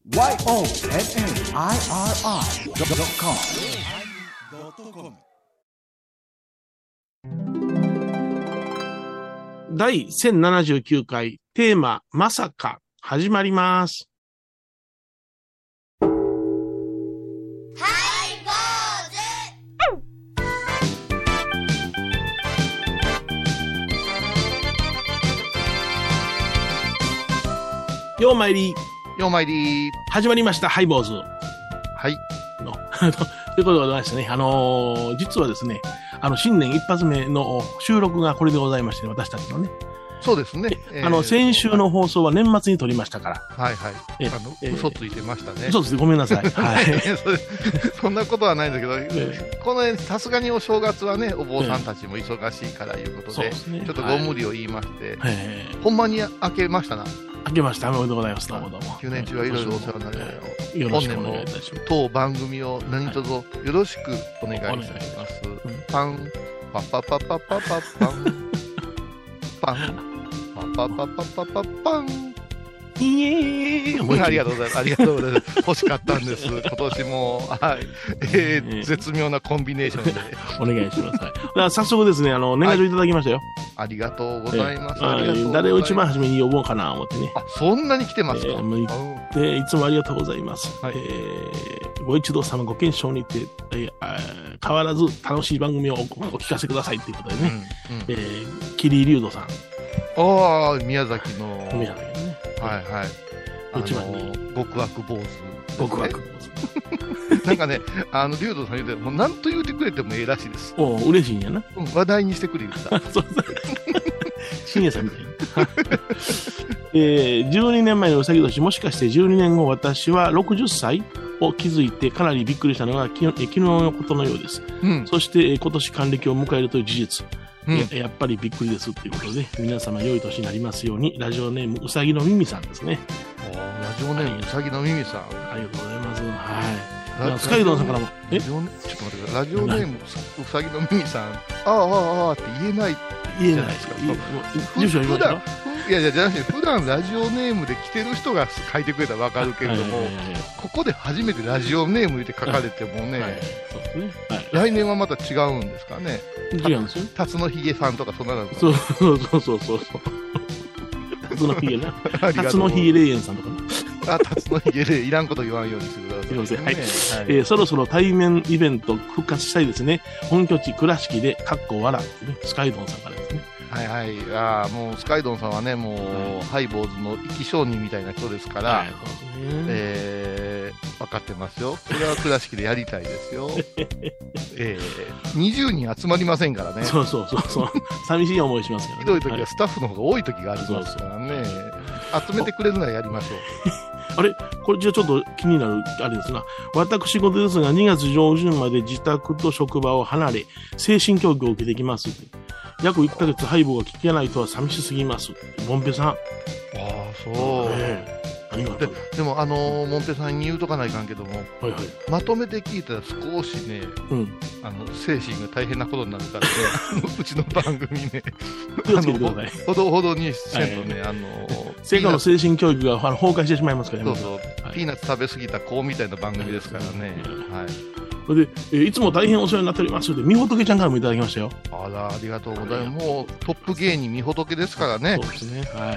YONNIRI.com 第1079回テーマまさか始まります。ようまいり始まりましたハイボーズはいのということでございましてね、実はですね、新年一発目の収録がこれでございまして、ね、私たちのね。 そうですね。 先週の放送は年末に撮りましたから。 はいはい。嘘ついてましたね。 そうです。ごめんなさい。はい。 そんなことはないんだけど、このさすがにお正月はね、お坊さんたちも忙しいからいうことで、ちょっとご無理を言いまして、ほんまに明けましたな。 明けました。おめでとうございます。どうもどうも。 9年中はいろいろお世話になりました。 よろしくお願いいたします。 当番組を何卒よろしくお願いいたします。パン、パパパパパパパン、パン。パパパパパパン。 イエーイ。 ありがとうございます。ありがとうございます。欲しかったんです。今年も、はい。絶妙なコンビネーションで。 お願いします。早速ですね、年賀状いただきましたよ。 ありがとうございます。 誰を一番初めに呼ぼうかな思ってね。 あ、そんなに来てますか。 いつもありがとうございます。ご一同様ご健勝にて、変わらず楽しい番組をお聞かせくださいということでね。桐井龍斗さん。 ああ、宮崎の。 宮崎ね。 はいはい。 一番に。 極悪坊主。 極悪坊主。なんかね、龍斗さん言うて、もう何と言うてくれてもええらしいです。 お嬉しいんやな。 話題にしてくれ言った。 そうそう。深夜さんみたいな。12年前のうさぎ年、もしかして12年後、私は60歳を気づいてかなりびっくりしたのが昨日のことのようです。そして今年還暦を迎えるという事実。やっぱりびっくりですということで、皆様良い年になりますように。ラジオネームうさぎの耳さんですね。 ラジオネームうさぎの耳さん、 ありがとうございます。はい。スカイドンさんからも、 ちょっと待ってください。ラジオネームうさぎの耳さん、あって言えないじゃないですか。 住所言いましたよ。 いやじゃなくて、普段ラジオネームで来てる人が書いてくれたらわかるけれども、ここで初めてラジオネームで書かれてもね、来年はまた違うんですかね。 違うんですよ。 辰野ひげさんとかそんなの。 そう。辰野ひげな。辰野ひげ霊園さんとかな。辰野ひげ霊、いらんこと言わんようにしてください。 はい。そろそろ対面イベント復活したいですね。本拠地倉敷でかっこ笑ってね、スカイドンさんからですね。 はいはい。もうスカイドンさんはね、もうハイボーズの生き証人みたいな人ですから、分かってますよ。それは倉敷でやりたいですよ。20人集まりませんからね。 そう。寂しい思いしますからね。 ひどい時はスタッフの方が多い時がありますからね。集めてくれるならやりましょう。 あれこれじゃあちょっと気になるあれですな。私事ですが2月上旬まで自宅と職場を離れ精神教育を受けてきます。約1ヶ月ハイボーが聞けないとは寂しすぎます。モンペさん。 そう。でもモンペさんに言うとかないかんけども、まとめて聞いたら少しね、精神が大変なことになるからね、うちの番組ね、ほどほどにせんとね、 成果の精神教育が崩壊してしまいますからね。 そう、ピーナッツ食べ過ぎた子みたいな番組ですからね。 で、いつも大変お世話になっておりますので、みほとけちゃんからもいただきましたよ。 ありがとうございます。もうトップ芸人みほとけですからね。 そうですね。はい。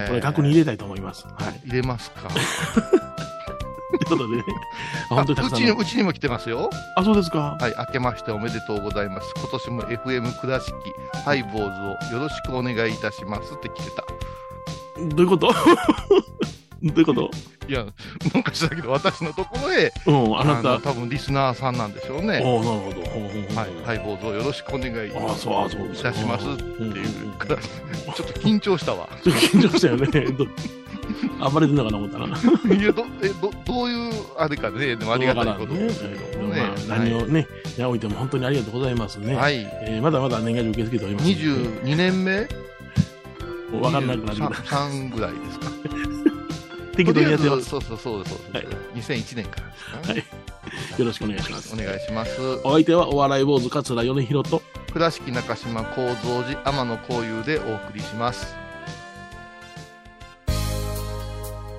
これ額に入れたいと思います。はい。 入れますか。 ということでね。本当にたくさん。 うちにも来てますよ。 あ、そうですか。 はい。明けましておめでとうございます。今年も FM 倉敷ハイボーズをよろしくお願いいたしますって来てた。 どういうことどういうこと？ いや、なんかしたけど、私のところへ、 あなた多分リスナーさんなんでしょうね。 なるほど。 はい、ハイボーズをよろししくお願いいたしますっていうから、ちょっと緊張したわ。 緊張したよね。暴れてんのかな思ったな。 いや、どういうあれかね、でもありがたいことですけどね。 何をね、においても本当にありがとうございますね。はい。まだまだ年賀状受け付けております。 22年目わかんなくなってきた。 3ぐらいですか。 適当にやってます。 そう。2001年からですか。 はい。よろしくお願いします。 お願いします。 お相手はお笑い坊主桂米宏と倉敷中島幸三寺天野幸雄でお送りします。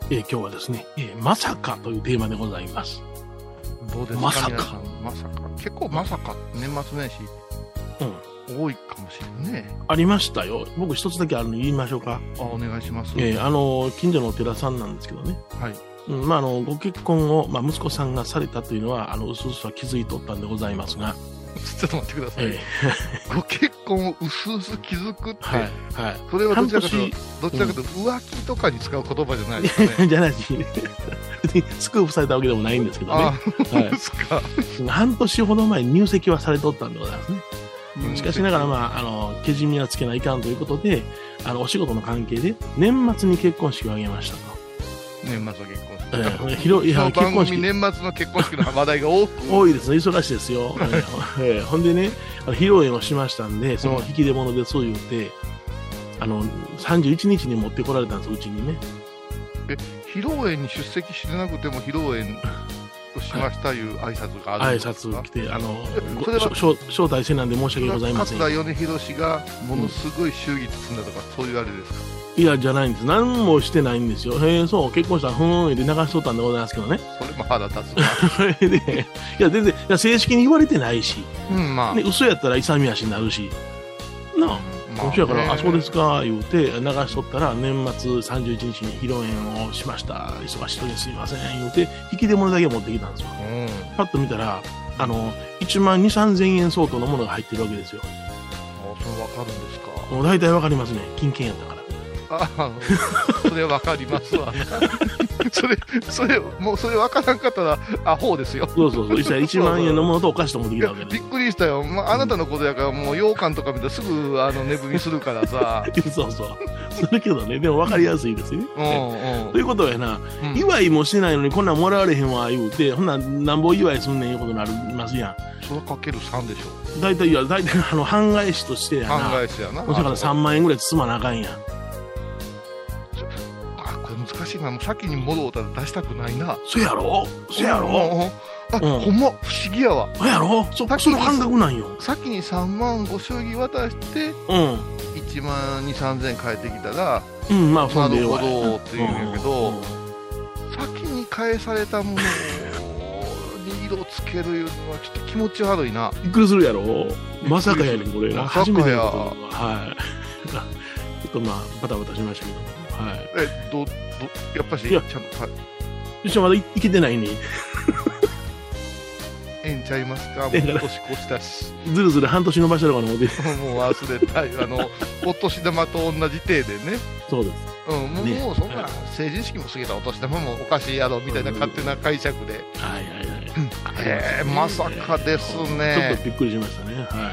今日はですね、まさかというテーマでございます。 どうですか、 まさか。 まさか。結構まさか、年末年始、多いかもしれんね。 ありましたよ。僕一つだけ言いましょうか。 お願いします。 近所のお寺さんなんですけどね。 はい。 ご結婚を、息子さんがされたというのは、うすうすは気づいとったんでございますが。 ちょっと待ってください。ご結婚をうすうす気づくって、はい。それはどちらかというと浮気とかに使う言葉じゃないですかね。 じゃないし、別にスクープされたわけでもないんですけどね。 ですか。 半年ほど前に入籍はされとったんでございますね。しかしながら、けじみはつけないかんということで、お仕事の関係で、年末に結婚式を挙げましたと。 年末の結婚式。番組年末の結婚式の話題が多いですね。忙しいですよ。ほんでね、披露宴をしましたんで、その引き出物でそう言うて、31日に持ってこられたんです、うちにね。 披露宴に出席してなくても披露宴をしましたいう挨拶があるんですか？ 挨拶来て、招待せなんで申し訳ございません。 桂米宏がものすごい祝儀包んだとか、そういうあれですか？ いや、じゃないんです。何もしてないんですよ。そう、結婚したら、で流しとったんでございますけどね。 それも腹立つな。 で、いや、全然、正式に言われてないし、 ね、 嘘やったら勇み足になるし、そうやから、そうですか、言うて、流しとったら、年末31日に披露宴をしました。忙しい時にすいません、言うて、引き出物だけ持ってきたんですよ。パッと見たら、1万2、3000円相当のものが入ってるわけですよ。 それわかるんですか？ もう大体わかりますね。金券やったから。 それわかりますわ。それわからんかったらアホですよ。 そう。1万円のものとお菓子と持ってきたわけで。びっくりしたよ。あなたのことやから、もう羊羹とか見たらすぐ値踏みするからさ。 そう。するけどね、でも分かりやすいですよね。ということやな、祝いもしてないのにこんなんもらわれへんわ言うて、ほんなんなんぼ祝いすんねんいうことになりますやん。 それかける3でしょ。 大体半返しとしてやな。 半返しやな。 だから3万円ぐらい包まなあかんやん。 難しいな。先に物を出したくないな。 そやろほんま不思議やわ。 そやろその感覚なんよ。 先に3万ご祝儀渡して、1万2、3000円返ってきたら、なるほどって言うんやけど、先に返されたものに色をつけるいうのはちょっと気持ち悪いな。 びっくりするやろ。まさかやねん、これ。初めてや。はい。ちょっとバタバタしましたけど。はい。 やっぱし、ちゃんと、 一緒まだいけてないね。 ええんちゃいますか？もう年越したし。 ずるずる半年伸ばしたのかな、もう忘れたい。お年玉と同じ体でね。 そうです。 もうそんな、成人式も過ぎたお年玉もおかしいやろみたいな勝手な解釈で。まさかですね。 ちょっとびっくりしましたね。はい。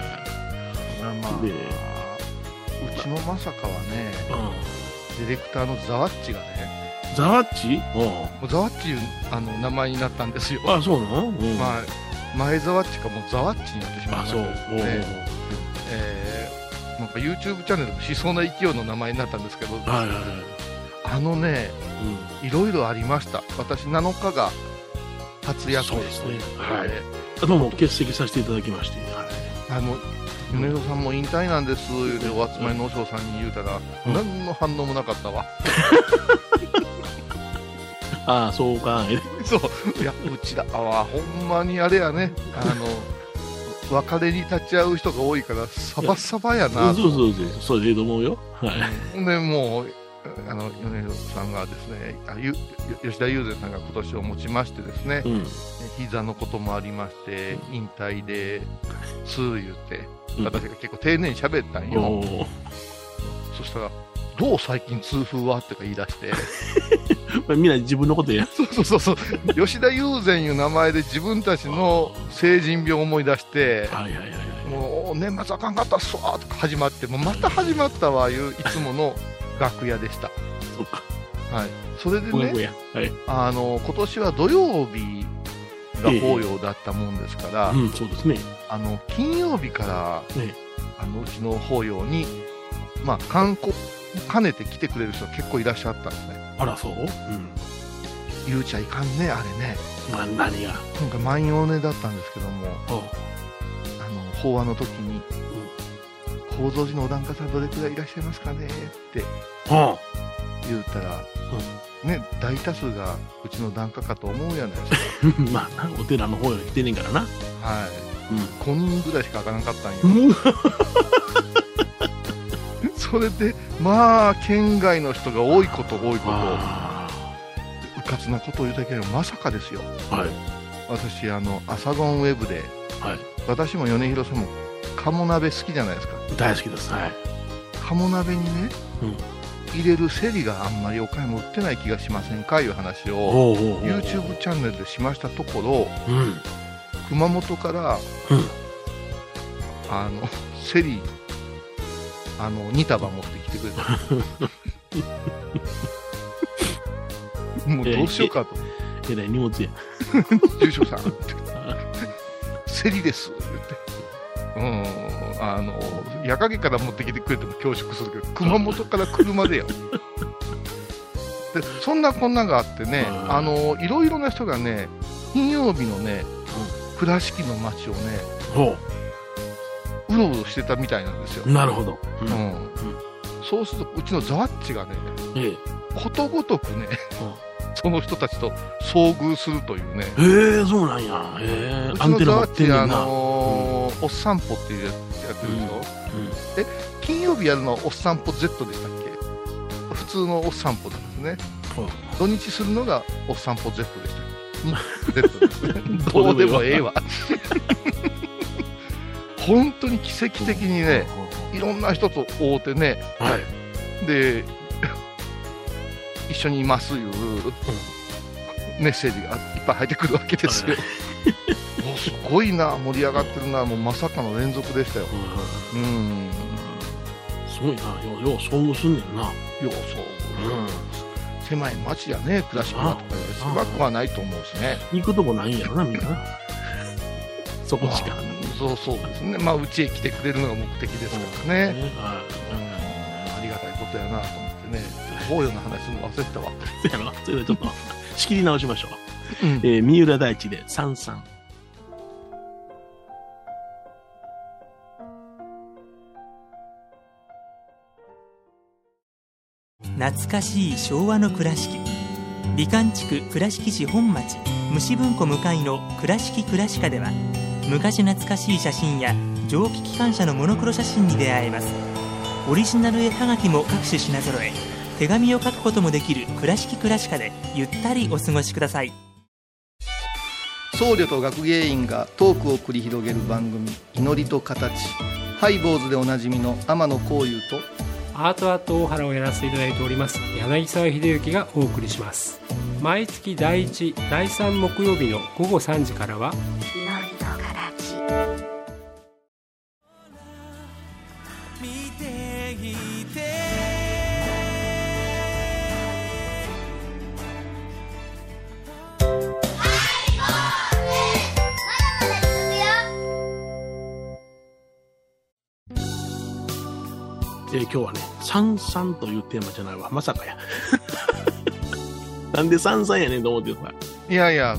うちのまさかはね、ディレクターのザワッチがね、 ザワッチザワッチいう名前になったんですよ。 そうなの？ 前ザワッチかもうザワッチになってしまいましたね。なんか YouTube チャンネルもしそうな勢いの名前になったんですけど、いろいろありました。私7日が初役ですね。 どうも欠席させていただきまして、 米広さんも引退なんですでお集まりの和尚さんに言うたら、何の反応もなかったわ。 そうか。 そう、いや、うちだほんまにあれやね、別れに立ち会う人が多いからサバサバやな。 そうでいいと思うよ。 でもう米広さんがですね、吉田友禅さんが今年をもちましてですね、膝のこともありまして引退です言うて、私が結構丁寧に喋ったんよ。そしたら「どう最近痛風は?」ってか言い出してみんな自分のことや。 そう吉田友禅いう名前で自分たちの成人病を思い出して「もう年末あかんかったっすわ」とか始まって、もうまた始まったわいういつもの楽屋でした。 そうか。 それでね、今年は土曜日が法要だったもんですから、 そうですね。 金曜日から、うちの法要に観光兼ねて来てくれる人結構いらっしゃったんですね。 そう？ 言うちゃいかんね、あれね。 何が？ 今回万葉根だったんですけども、法話の時に高蔵寺のお檀家さんどれくらいいらっしゃいますかねって言うたら、ね、大多数がうちの檀家かと思うじゃないですか。 まあな、お寺の方より来てねえからな。はい。 5人ぐらいしか開かなかったんよ。それで、まあ、県外の人が多いこと、うかつなことを言うたけど、まさかですよ。はい。私、朝ドンウェブで、はい、私も米広さんも鴨鍋好きじゃないですか。 大好きです。はい。 鴨鍋にね、入れるセリがあんまり岡山売ってない気がしませんかいう話を YouTube チャンネルでしましたところ、熊本から、セリ2束持ってきてくれた。もうどうしようかと。 えらい荷物や。 住所さんってセリですって言って、矢掛から持ってきてくれても恐縮するけど、熊本から車でよ。でそんなこんながあってね、いろいろな人がね、金曜日のね、倉敷の街をね、うろうろしてたみたいなんですよ。 なるほど。 そうするとうちのザワッチがね、ことごとくね、その人たちと遭遇するというね。 そうなんや。 うちのザワッチおっさんぽっていうやってるでしょ。金曜日やるのはおっさんぽ Z でしたっけ？普通のおっさんぽなんですね。土日するのがおっさんぽ Z でした。Z ですね。どうでもええわ。本当に奇跡的にね、いろんな人と会うてね、で一緒にいますいうメッセージがいっぱい入ってくるわけですよ。もうすごいな、盛り上がってるな、もうまさかの連続でしたよ。 すごいな、よう遭遇すんねんな。 よう遭遇。狭い町やね、倉敷はとかで狭くはないと思うしね。 行くとこないんやろな、みんな。そこしか。 そうですね。まあうちへ来てくれるのが目的ですからね。ありがたいことやなと思ってね。法要の話も忘れてたわ。 それでちょっと仕切り直しましょう。三浦大知で三々。 懐かしい昭和の倉敷。美観地区倉敷市本町虫文庫向かいの倉敷倉歯科では、昔懐かしい写真や蒸気機関車のモノクロ写真に出会えます。オリジナル絵はがきも各種品揃え、手紙を書くこともできる倉敷倉歯科でゆったりお過ごしください。 僧侶と学芸員がトークを繰り広げる番組、祈りと形。ハイボーズでおなじみの天野幸雄とアートアット大原をやらせていただいております柳沢秀幸がお送りします。毎月第1、第3木曜日の午後3時からは祈りと形。見ていて今日はね、三々というテーマじゃないわ。まさかや。なんで三々やねんと思ってさ。 いやいや、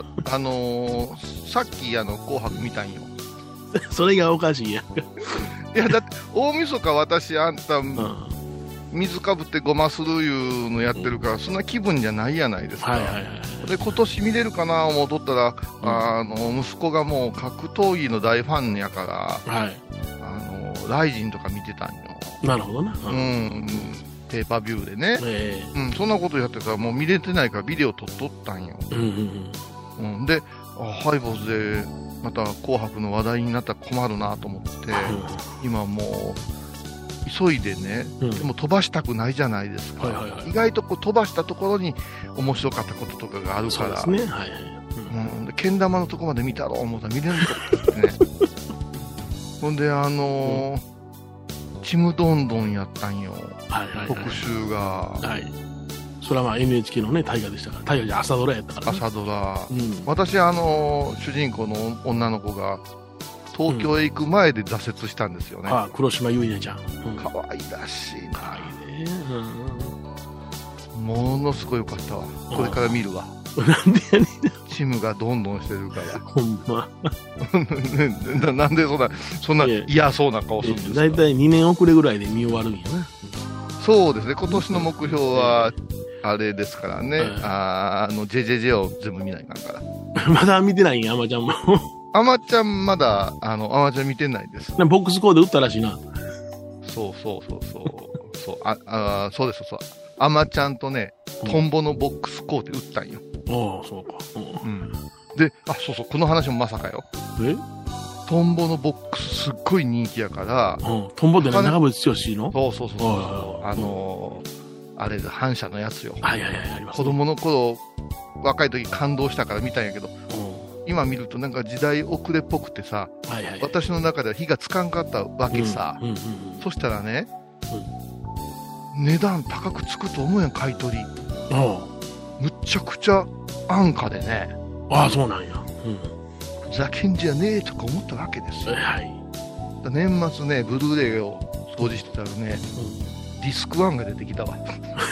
さっき紅白見たんよ。 それがおかしいやんか。 いや、だって、大晦日私、あんた、水かぶってごまするいうのやってるから、そんな気分じゃないやないですか。で、今年見れるかな思うとったら、息子がもう格闘技の大ファンやから、ライジンとか見てたんよ。 なるほどな。 ペーパービューでね、そんなことやってたらもう見れてないからビデオ撮っとったんよ。で、ハイボーズでまた紅白の話題になったら困るなと思って、今もう急いでね、でも飛ばしたくないじゃないですか。意外とこう飛ばしたところに面白かったこととかがあるから、けん玉のとこまで見たろう思ったら見れなかったですね。ほんでちむどんどんやったんよ、特集が。 それはまあ NHK のね大河でしたから、大河じゃ朝ドラやったから、ね、 朝ドラ、私主人公の女の子が東京へ行く前で挫折したんですよね。 黒島結菜ちゃん、 可愛らしいな。 可愛いね。 ものすごいよかったわ。これから見るわ。 なんでやねん。 チムがどんどんしてるから。 ほんま。 なんでそんな嫌そうな顔するんですか。 だいたい2年遅れぐらいで見終わるんやな。 そうですね、今年の目標は、あれですからね、JJJ を全部見ないかんから。 まだ見てないんや、アマちゃんも。 アマちゃんまだ、アマちゃん見てないです。 ボックスコード打ったらしいな。 そう。そうです、そう。アマちゃんとね、トンボのボックスコーデ打ったんよ。 ああ、そうか。 で、そう、この話もまさかよ。トンボのボックスすっごい人気やから、 トンボって長渕剛の？ そう。あれ、反射のやつよ。 あります。 子供の頃、若い時感動したから見たんやけど、今見るとなんか時代遅れっぽくてさ、私の中では火がつかんかったわけさ。そしたらね、値段高くつくと思うやん、買い取り。むっちゃくちゃ安価でね。 そうなんや。 ふざけんじゃねえとか思ったわけですよ。年末ね、ブルーレイを掃除してたらね、ディスク1が出てきたわ。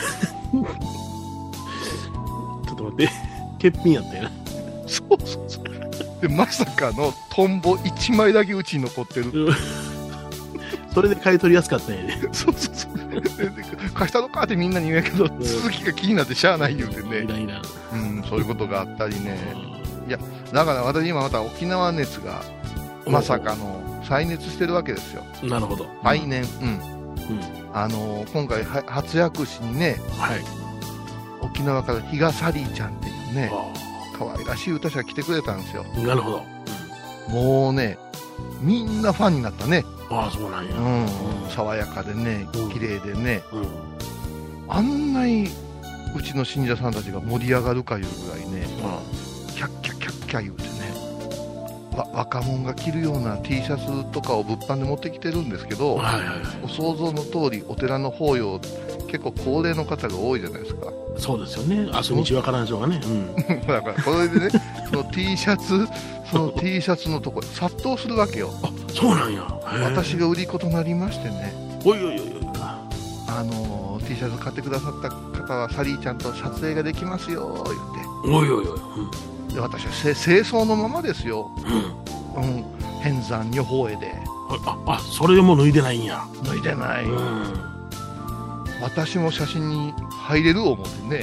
ちょっと待って、欠品やったよな。 そう。で、まさかのトンボ1枚だけうちに残ってる。 それで買い取りやすかったんやね。 そう。貸したのかってみんなに言うんやけど、続きが気になってしゃあない言うてね。そういうことがあったりね。いや、だから私今また沖縄熱がまさかの再熱してるわけですよ。 なるほど。 来年、今回初薬師にね、沖縄から比嘉サリーちゃんっていうね、可愛らしい歌者が来てくれたんですよ。 なるほど。 もうね、みんなファンになったね。 そうなんや。 爽やかでね、綺麗でね、あんなにうちの信者さんたちが盛り上がるかいうぐらいね、キャッキャ言うてね、若者が着るような T シャツとかを物販で持ってきてるんですけど、お想像の通りお寺の法要結構高齢の方が多いじゃないですか。 そうですよね。明日道わからん人がね。 だからこれでね、その T シャツのところ殺到するわけよ。 そうなんや。 私が売り子となりましてね。 T シャツ買ってくださった方はサリーちゃんと撮影ができますよ言って。で、私は清掃のままですよ。変山女法へで。 それでも脱いでないんや。 脱いでない。私も写真に入れる思ってね。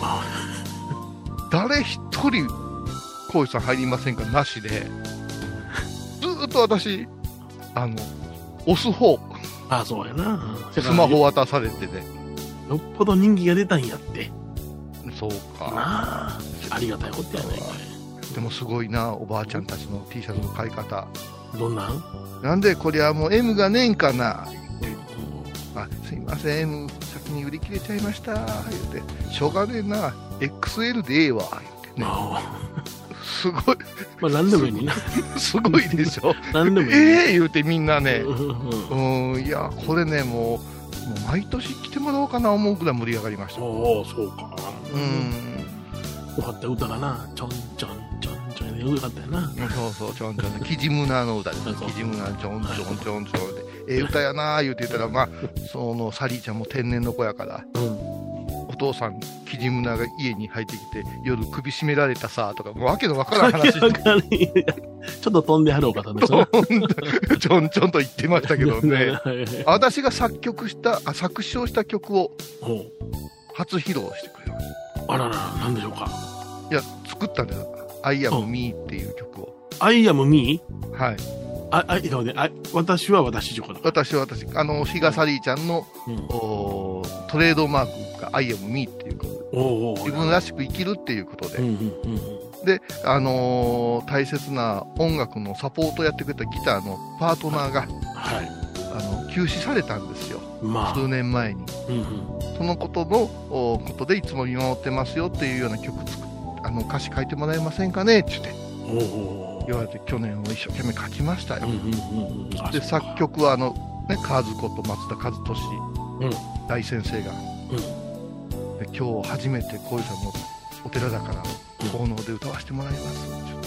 誰一人浩司さん入りませんかなしで、ずっと私押す方。 そうやな。 スマホ渡されてね。 よっぽど人気が出たんやって。 そうか。 ありがたいことやないかい。 でもすごいな、おばあちゃんたちの T シャツの買い方。 どんなん？ なんでこりゃもう M がねえんかな。すいません、M 先に売り切れちゃいました言うて、しょうがねえな、XL でええわ言うてね。すごい。 何でもいいね。 すごいでしょ。 何でもいい。 言うてみんなね。いや、これね、もう毎年来てもらおうかな思うくらい盛り上がりました。 そうか。よかった歌がな、ちょんちょんちょんちょんでよかったよな。 そう、ちょんちょんで、キジムナの歌です。キジムナちょんちょんちょんちょんで、歌やな言うて言ったら、そのサリーちゃんも天然の子やから、お父さんキジムナが家に入ってきて夜首絞められたさとか、もうわけのわからん話。ちょっと飛んではろうかったんですよ。 ちょんちょんと言ってましたけどね。私が作詞をした曲を初披露してくれます。 なんでしょうか。 いや、作ったんだよ。I am me っていう曲を。 I am me？ はい。 私は私でしょうか。 私。比嘉サリーちゃんの、トレードマークが I am me っていうことで、自分らしく生きるっていうことで、で、大切な音楽のサポートをやってくれたギターのパートナーが、急死されたんですよ、数年前に。そのことでいつも見守ってますよっていうような曲歌詞書いてもらえませんかねって言われて、去年を一生懸命書きましたよ。で、作曲はカズこと松田和俊大先生が、で今日初めて浩司さんのお寺だから奉納で歌わせてもらいますって言って、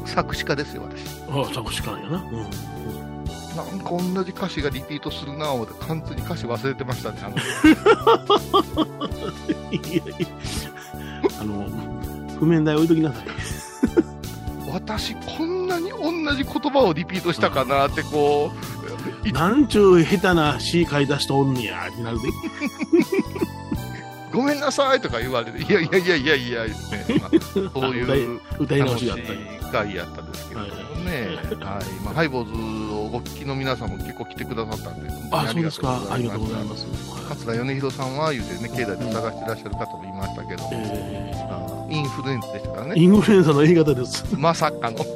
作詞家ですよ私。 作詞家なんやな。 なんか同じ歌詞がリピートするなぁ思って完全に歌詞忘れてましたね。 譜面台置いときなさい。 私こんなに同じ言葉をリピートしたかなってなんちゅう下手な詩書いた人おんねやってなるで。 ごめんなさいとか言われて、いや、ね、まあ、そういう歌い直しだったり回やったんですけどね、まあ、ハイボーズをお聞きの皆さんも結構来てくださったんで、 そうですか、ありがとうございます。 桂米広さんは言うてね、境内で探してらっしゃる方もいましたけど、インフルエンザでしたからね。 インフルエンザの A 型です。 まさかの。い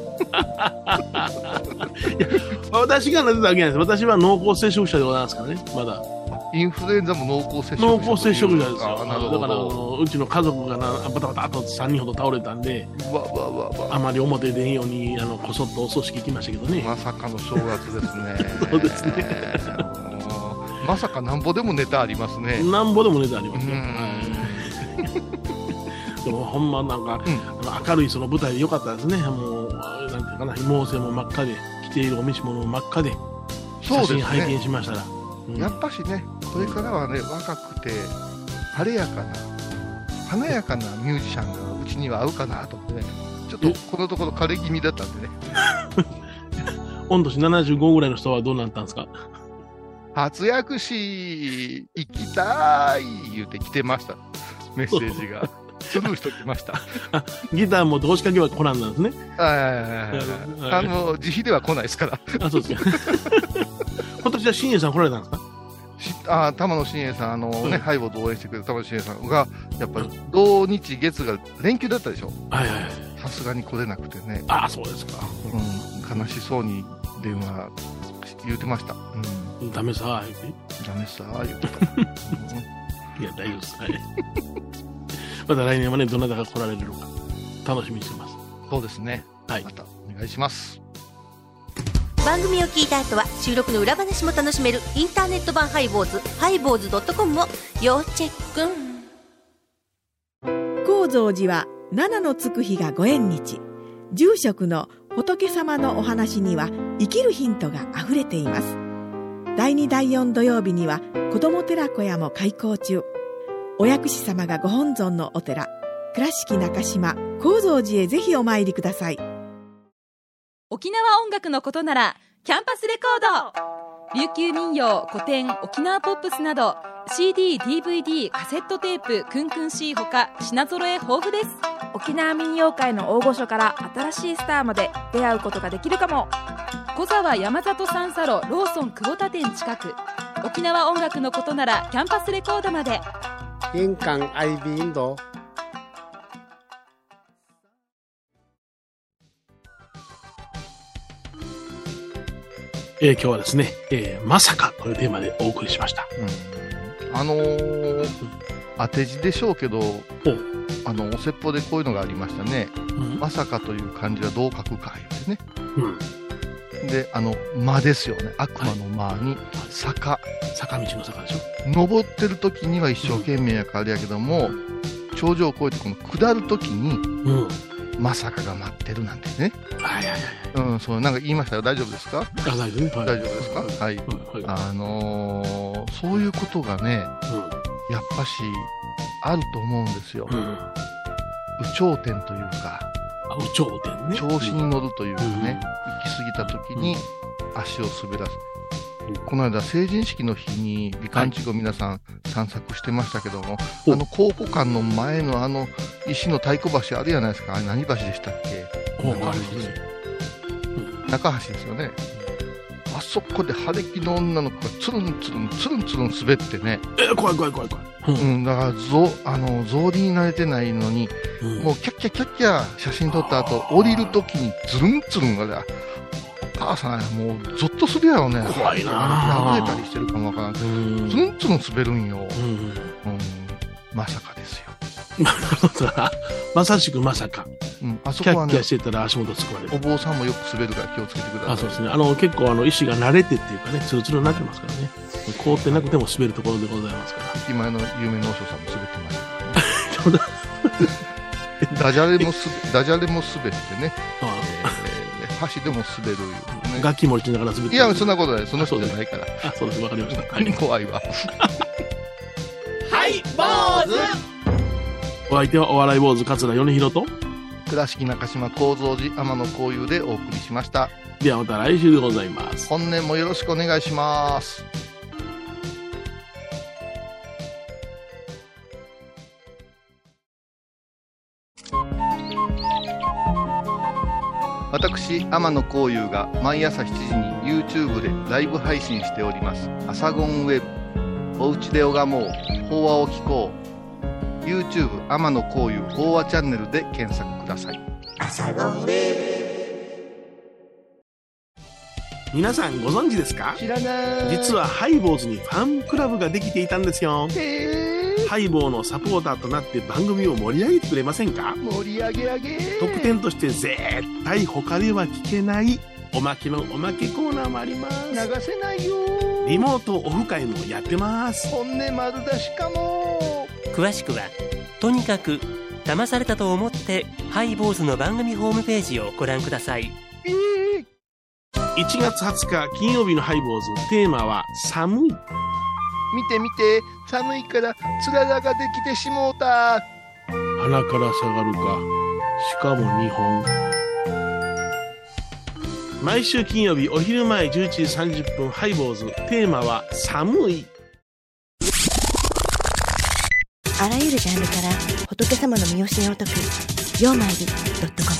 や、私がなぜだけなんです。私は濃厚接触者でございますからね、まだ。 インフルエンザも濃厚接触者。濃厚接触者ですよ。だからうちの家族がバタバタと3人ほど倒れたんで、あまり表出んようにこそっとお葬式行きましたけどね。 まさかの正月ですね。 そうですね。 まさかなんぼでもネタありますね。 なんぼでもネタありますね。でもほんまなんか、明るいその舞台でよかったですね。もうなんていうかな、芋せも真っ赤で、着ているお召し物も真っ赤で、写真拝見しましたら。 やっぱしね、これからはね、若くて晴れやかな華やかなミュージシャンがうちには合うかなと思ってね、ちょっとこのところ枯れ気味だったんでね。 御年75ぐらいの人はどうなったんですか？ 初薬師行きたい言うて来てました、メッセージが。スルーしときました。 ギターも同士掛けは来なんですね。 自費では来ないですから。 あ、そうですか。今年は新栄さん来られたんですか？ 玉野新栄さん、ハイボーズ応援してくれた玉野新栄さんが、やっぱり土日月が連休だったでしょ。さすがに来れなくてね。 そうですか。 悲しそうに電話言うてました。 ダメさ言うてた。 いや、大丈夫です。また来年はね、どなたが来られるのか楽しみにしてます。 そうですね。またお願いします。 番組を聞いた後は収録の裏話も楽しめるインターネット版ハイボーズ、ハイボーズ.com を要チェック。高蔵寺は七のつく日がご縁日。住職の仏様のお話には生きるヒントがあふれています。第2第4土曜日には子ども寺小屋も開校中。お薬師様がご本尊のお寺、倉敷中島・高蔵寺へぜひお参りください。 沖縄音楽のことならキャンパスレコード、琉球民謡、古典、沖縄ポップスなど CD、DVD、カセットテープ、クンクン C ほか品揃え豊富です。 沖縄民謡界の大御所から新しいスターまで出会うことができるかも。小沢山里三佐路ローソン久保田店近く。沖縄音楽のことならキャンパスレコードまで。 印港 IB 印度。 今日はですね、まさかというテーマでお送りしました。 当て字でしょうけど、お説法でこういうのがありましたね。まさかという漢字はどう書くか言うてね。で、間ですよね。悪魔の間に坂。 坂道の坂でしょ。 登ってる時には一生懸命やからあれやけども、頂上を越えてこの下る時に、まさかが待ってるなんてね。そうなんか言いましたよ。大丈夫ですか？ 大丈夫ですか？ はい。そういうことがね、やっぱしあると思うんですよ。有頂天というか、 有頂天ね。 調子に乗るというかね、行き過ぎた時に足を滑らす。この間成人式の日に美観地区を皆さん散策してましたけども、考古館の前の石の太鼓橋あるじゃないですか。あれ何橋でしたっけ？中橋ですよね。あそこで晴れ着の女の子がつるんつるん滑ってね。 怖い。 だから草履に慣れてないのに、もうキャッキャ写真撮った後降りるときにつるんが母さんもうゾッとするやろね。 怖いな。 破れたりしてるかもわからん。つるん滑るんよ。まさかですよ。 まさしくまさか。 あそこはね、 キャッキャしてたら足元突っ込まれる。 お坊さんもよく滑るから気をつけてください。 そうですね。結構石が慣れてっていうかね、ツルツルになってますからね。凍ってなくても滑るところでございますから。 駅前の有名な和尚さんも滑ってましたからね。ダジャレも滑ってね。箸でも滑る、ね。 楽器持ちながら滑ってる。 いや、そんなことない。その人じゃないから。 そうです。わかりました。 怖いわ。 はい、坊主。 お相手はお笑い坊主桂米宏と倉敷中島・高蔵寺天野幸雄でお送りしました。 ではまた来週でございます。 本年もよろしくお願いします。私天野幸雄が毎朝7時に YouTube でライブ配信しておりますアサゴンウェブ、おうちで拝もう法話を聞こう、 YouTube 天野幸雄法話チャンネルで検索ください。アサゴンウェブ。 皆さんご存知ですか？ 知らない。 実はハイボーズにファンクラブができていたんですよ。ハイボーのサポーターとなって番組を盛り上げてくれませんか？ 盛り上げ上げ。 特典として絶対他では聞けないおまけのおまけコーナーもあります。 流せないよ。 リモートオフ会もやってます。 本音丸出しかも。 詳しくはとにかく騙されたと思ってハイボーズの番組ホームページをご覧ください。 1月20日金曜日のハイボーズ、テーマは寒い。 見て見て、寒いからつららができてしもうた。 鼻から下がるか、しかも2本。毎週金曜日お昼前11時30分ハイボーズ、テーマは寒い。 あらゆるジャンルから仏様の身教えを解く曜マイル.com